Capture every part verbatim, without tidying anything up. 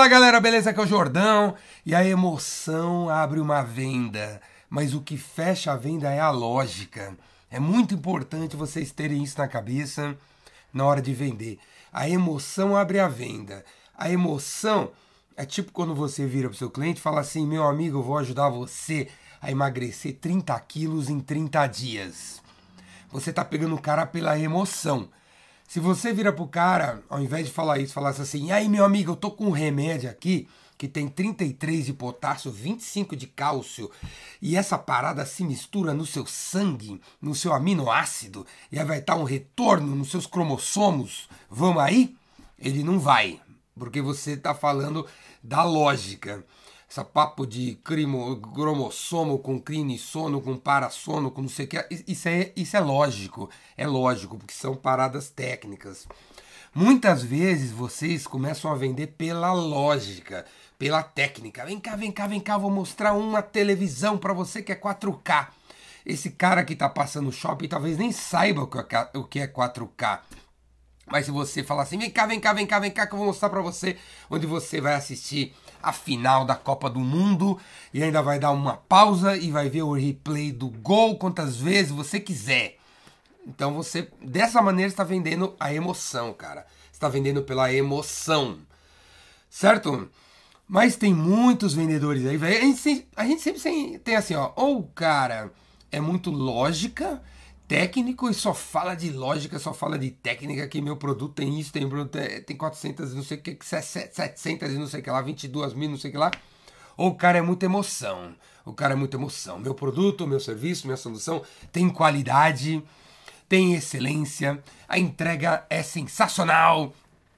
galera, beleza? Aqui é o Jordão. E a emoção abre uma venda, mas o que fecha a venda é a lógica. É muito importante vocês terem isso na cabeça na hora de vender. A emoção abre a venda. A emoção é tipo quando você vira para o seu cliente e fala assim: meu amigo, eu vou ajudar você a emagrecer trinta quilos em trinta dias. Você tá pegando o cara pela emoção. Se você vira pro cara, ao invés de falar isso, falasse assim: e aí, meu amigo, eu tô com um remédio aqui que tem trinta e três de potássio, vinte e cinco de cálcio, e essa parada se mistura no seu sangue, no seu aminoácido, e aí vai estar um retorno nos seus cromossomos, vamos aí? Ele não vai, porque você tá falando da lógica. Essa papo de crimo, cromossomo com clinissono, com parassono, com não sei o que, isso é, isso é lógico, é lógico, porque são paradas técnicas. Muitas vezes vocês começam a vender pela lógica, pela técnica. Vem cá, vem cá, vem cá, vou mostrar uma televisão para você que é quatro K. Esse cara que tá passando no shopping talvez nem saiba o que é quatro K. Mas se você falar assim: vem cá, vem cá, vem cá, vem cá, que eu vou mostrar pra você, onde você vai assistir a final da Copa do Mundo e ainda vai dar uma pausa e vai ver o replay do gol quantas vezes você quiser. Então você, dessa maneira, está vendendo a emoção, cara. Está vendendo pela emoção, certo? Mas tem muitos vendedores aí, velho. A gente, a gente sempre tem assim, ó, ou o cara é muito lógica, técnico, e só fala de lógica, só fala de técnica, que meu produto tem isso, tem produto, tem quatrocentas, não sei o que, setecentas e não sei o que lá, vinte e duas mil, não sei o que lá. Ou o cara é muita emoção, o cara é muita emoção. Meu produto, meu serviço, minha solução tem qualidade, tem excelência, a entrega é sensacional,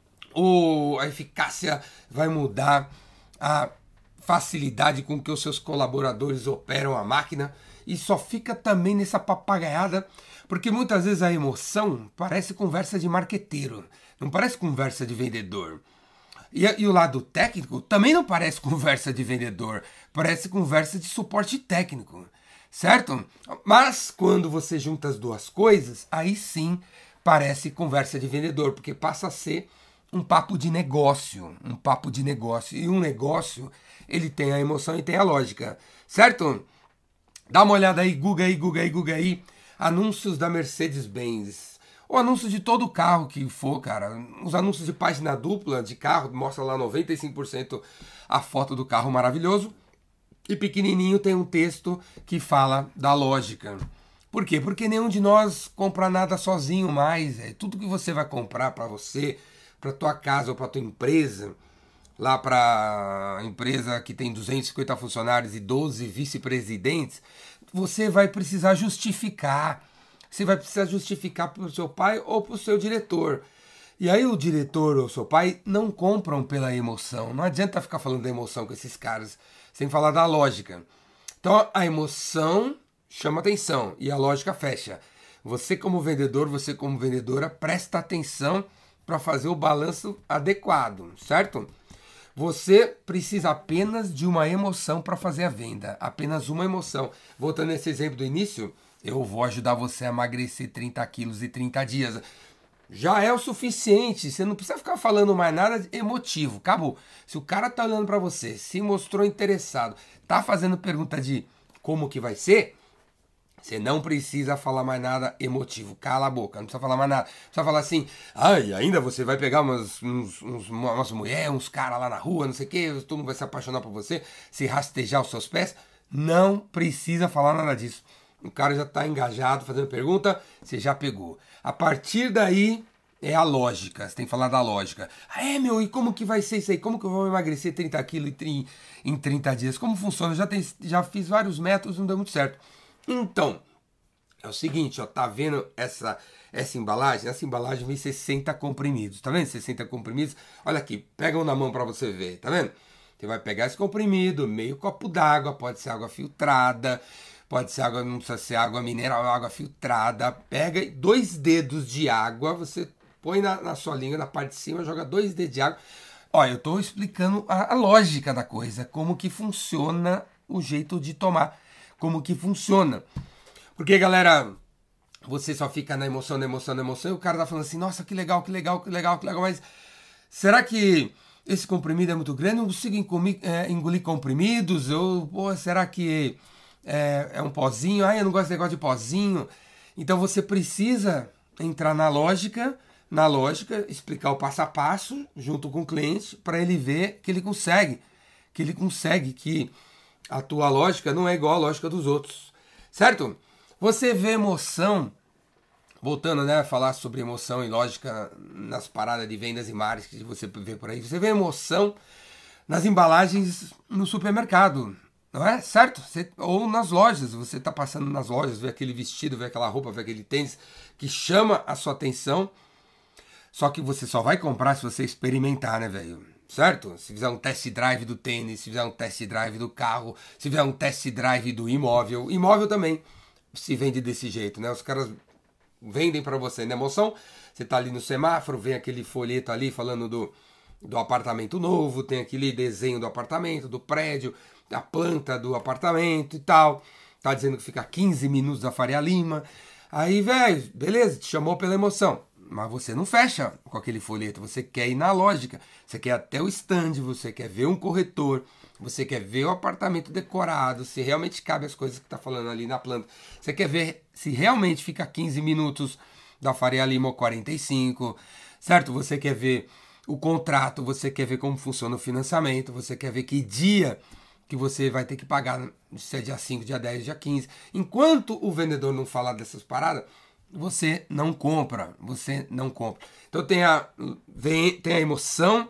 ou a eficácia vai mudar, a facilidade com que os seus colaboradores operam a máquina. E só fica também nessa papagaiada, porque muitas vezes a emoção parece conversa de marqueteiro, não parece conversa de vendedor. E, e o lado técnico também não parece conversa de vendedor, parece conversa de suporte técnico, certo? Mas quando você junta as duas coisas, aí sim parece conversa de vendedor, porque passa a ser um papo de negócio, um papo de negócio. E um negócio, ele tem a emoção e tem a lógica, certo? Dá uma olhada aí, Google aí, Google aí, Google aí, anúncios da Mercedes-Benz, ou anúncios de todo carro que for, cara. Os anúncios de página dupla de carro, mostra lá noventa e cinco por cento a foto do carro maravilhoso, e pequenininho tem um texto que fala da lógica. Por quê? Porque nenhum de nós compra nada sozinho mais. É tudo que você vai comprar para você, para tua casa ou para tua empresa, lá para a empresa que tem duzentos e cinquenta funcionários e doze vice-presidentes, você vai precisar justificar. Você vai precisar justificar para o seu pai ou para o seu diretor. E aí o diretor ou o seu pai não compram pela emoção. Não adianta ficar falando da emoção com esses caras, sem falar da lógica. Então a emoção chama atenção e a lógica fecha. Você como vendedor, você como vendedora, presta atenção para fazer o balanço adequado, certo? Você precisa apenas de uma emoção para fazer a venda. Apenas uma emoção. Voltando nesse exemplo do início, eu vou ajudar você a emagrecer trinta quilos em trinta dias. Já é o suficiente. Você não precisa ficar falando mais nada emotivo. Acabou. Se o cara tá olhando para você, se mostrou interessado, tá fazendo pergunta de como que vai ser, você não precisa falar mais nada emotivo. Cala a boca, não precisa falar mais nada. Precisa falar assim: ai, ainda você vai pegar umas, uns, uns, umas mulheres, uns caras lá na rua, não sei o que, todo mundo vai se apaixonar por você, se rastejar os seus pés. Não precisa falar nada disso. O cara já está engajado, fazendo pergunta, você já pegou. A partir daí é a lógica, você tem que falar da lógica. Ah, é, meu, e como que vai ser isso aí? Como que eu vou emagrecer trinta quilos em trinta dias? Como funciona? Eu já, tem, já fiz vários métodos, não deu muito certo. Então, é o seguinte, ó, tá vendo essa, essa embalagem? Essa embalagem vem sessenta comprimidos, tá vendo? sessenta comprimidos. Olha aqui, pega um na mão para você ver, tá vendo? Você vai pegar esse comprimido, meio copo d'água, pode ser água filtrada, pode ser água, não precisa ser água mineral, água filtrada. Pega dois dedos de água, você põe na, na sua língua, na parte de cima, joga dois dedos de água. Olha, eu tô explicando a, a lógica da coisa, como que funciona o jeito de tomar. Como que funciona. Porque, galera, você só fica na emoção, na emoção, na emoção, e o cara tá falando assim: nossa, que legal, que legal, que legal, que legal, mas será que esse comprimido é muito grande, não consigo engolir, é, engolir comprimidos, ou pô, será que é, é um pozinho? Ah, eu não gosto desse negócio de pozinho. Então você precisa entrar na lógica, na lógica, explicar o passo a passo junto com o cliente para ele ver que ele consegue, que ele consegue, que a tua lógica não é igual à lógica dos outros, certo? Você vê emoção, voltando, né, a falar sobre emoção e lógica nas paradas de vendas e marketing que você vê por aí, você vê emoção nas embalagens no supermercado, não é? Certo? Você, ou nas lojas, você está passando nas lojas, vê aquele vestido, vê aquela roupa, vê aquele tênis que chama a sua atenção, só que você só vai comprar se você experimentar, né, velho? Certo? Se fizer um test drive do tênis, se fizer um test drive do carro, se fizer um test drive do imóvel, imóvel também se vende desse jeito, né? Os caras vendem para você na emoção, você tá ali no semáforo, vem aquele folheto ali falando do, do apartamento novo, tem aquele desenho do apartamento, do prédio, da planta do apartamento e tal, tá dizendo que fica quinze minutos da Faria Lima, aí, velho, beleza, te chamou pela emoção, mas você não fecha com aquele folheto, você quer ir na lógica, você quer até o stand, você quer ver um corretor, você quer ver o apartamento decorado, se realmente cabe as coisas que tá falando ali na planta, você quer ver se realmente fica quinze minutos da Faria Lima ou quarenta e cinco, certo? Você quer ver o contrato, você quer ver como funciona o financiamento, você quer ver que dia que você vai ter que pagar, se é dia cinco, dia dez, dia quinze. Enquanto o vendedor não falar dessas paradas, você não compra, você não compra. Então tem a, vem, tem a emoção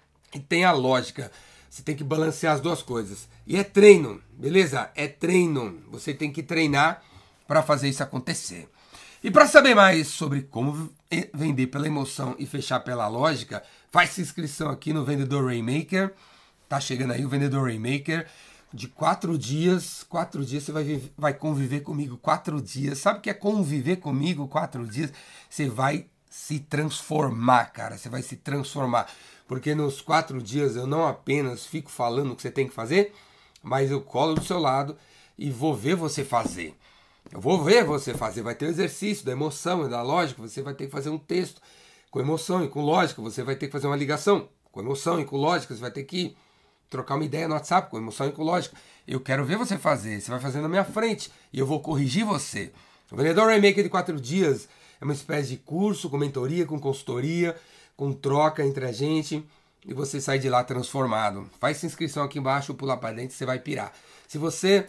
e tem a lógica. Você tem que balancear as duas coisas. E é treino, beleza? É treino. Você tem que treinar para fazer isso acontecer. E para saber mais sobre como vender pela emoção e fechar pela lógica, faz inscrição aqui no Vendedor Rainmaker. Tá chegando aí o Vendedor Rainmaker. De quatro dias, quatro dias você vai, vai conviver comigo quatro dias. Sabe o que é conviver comigo quatro dias? Você vai se transformar, cara. Você vai se transformar. Porque nos quatro dias eu não apenas fico falando o que você tem que fazer, mas eu colo do seu lado e vou ver você fazer. Eu vou ver você fazer. Vai ter o exercício da emoção e da lógica. Você vai ter que fazer um texto com emoção e com lógica. Você vai ter que fazer uma ligação com emoção e com lógica. Você vai ter que trocar uma ideia no WhatsApp com emoção e com lógica. Eu quero ver você fazer. Você vai fazer na minha frente e eu vou corrigir você. O Vendedor Rainmaker de quatro dias é uma espécie de curso com mentoria, com consultoria, com troca entre a gente e você sai de lá transformado. Faz sua inscrição aqui embaixo, pular para dentro, você vai pirar. Se você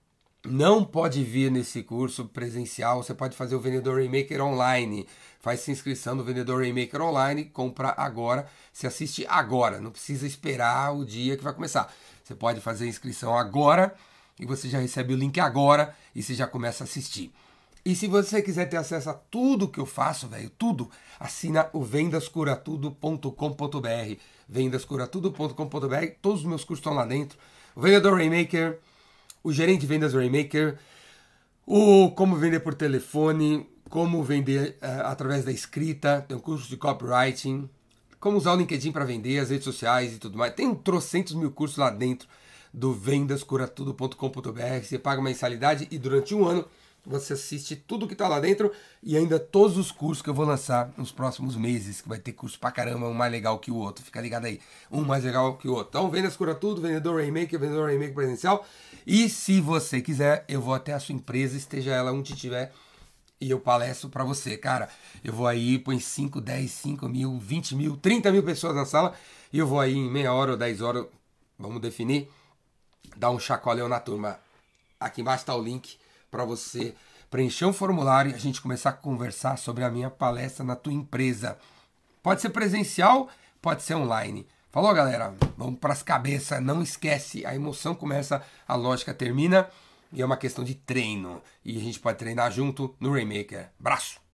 não pode vir nesse curso presencial, você pode fazer o Vendedor Rainmaker online. Faz sua inscrição no Vendedor Rainmaker online, compra agora, se assiste agora, não precisa esperar o dia que vai começar. Você pode fazer a inscrição agora e você já recebe o link agora e você já começa a assistir. E se você quiser ter acesso a tudo que eu faço, velho, tudo, assina o vendas cura tudo ponto com ponto br. vendas cura tudo ponto com ponto br, todos os meus cursos estão lá dentro. O Vendedor Rainmaker, o Gerente de Vendas Rainmaker, o Como Vender por Telefone, Como Vender uh, através da escrita, tem um curso de copywriting, como usar o LinkedIn para vender, as redes sociais e tudo mais. Tem trocentos mil cursos lá dentro do vendas cura tudo ponto com ponto br. Você paga uma mensalidade e durante um ano você assiste tudo que tá lá dentro e ainda todos os cursos que eu vou lançar nos próximos meses, que vai ter curso pra caramba, um mais legal que o outro, fica ligado aí, um mais legal que o outro. Então, Vendas Cura Tudo, Vendedor Rainmaker, Vendedor Rainmaker presencial, e se você quiser, eu vou até a sua empresa, esteja ela onde tiver, e eu palestro pra você, cara. Eu vou aí, põe cinco, dez, cinco mil, vinte mil, trinta mil pessoas na sala, e eu vou aí em meia hora ou dez horas, vamos definir, dar um chacoalhão na turma. Aqui embaixo tá o link para você preencher um formulário e a gente começar a conversar sobre a minha palestra na tua empresa. Pode ser presencial, pode ser online. Falou, galera? Vamos para as cabeças, não esquece, a emoção começa, a lógica termina e é uma questão de treino. E a gente pode treinar junto no Rainmaker. Abraço!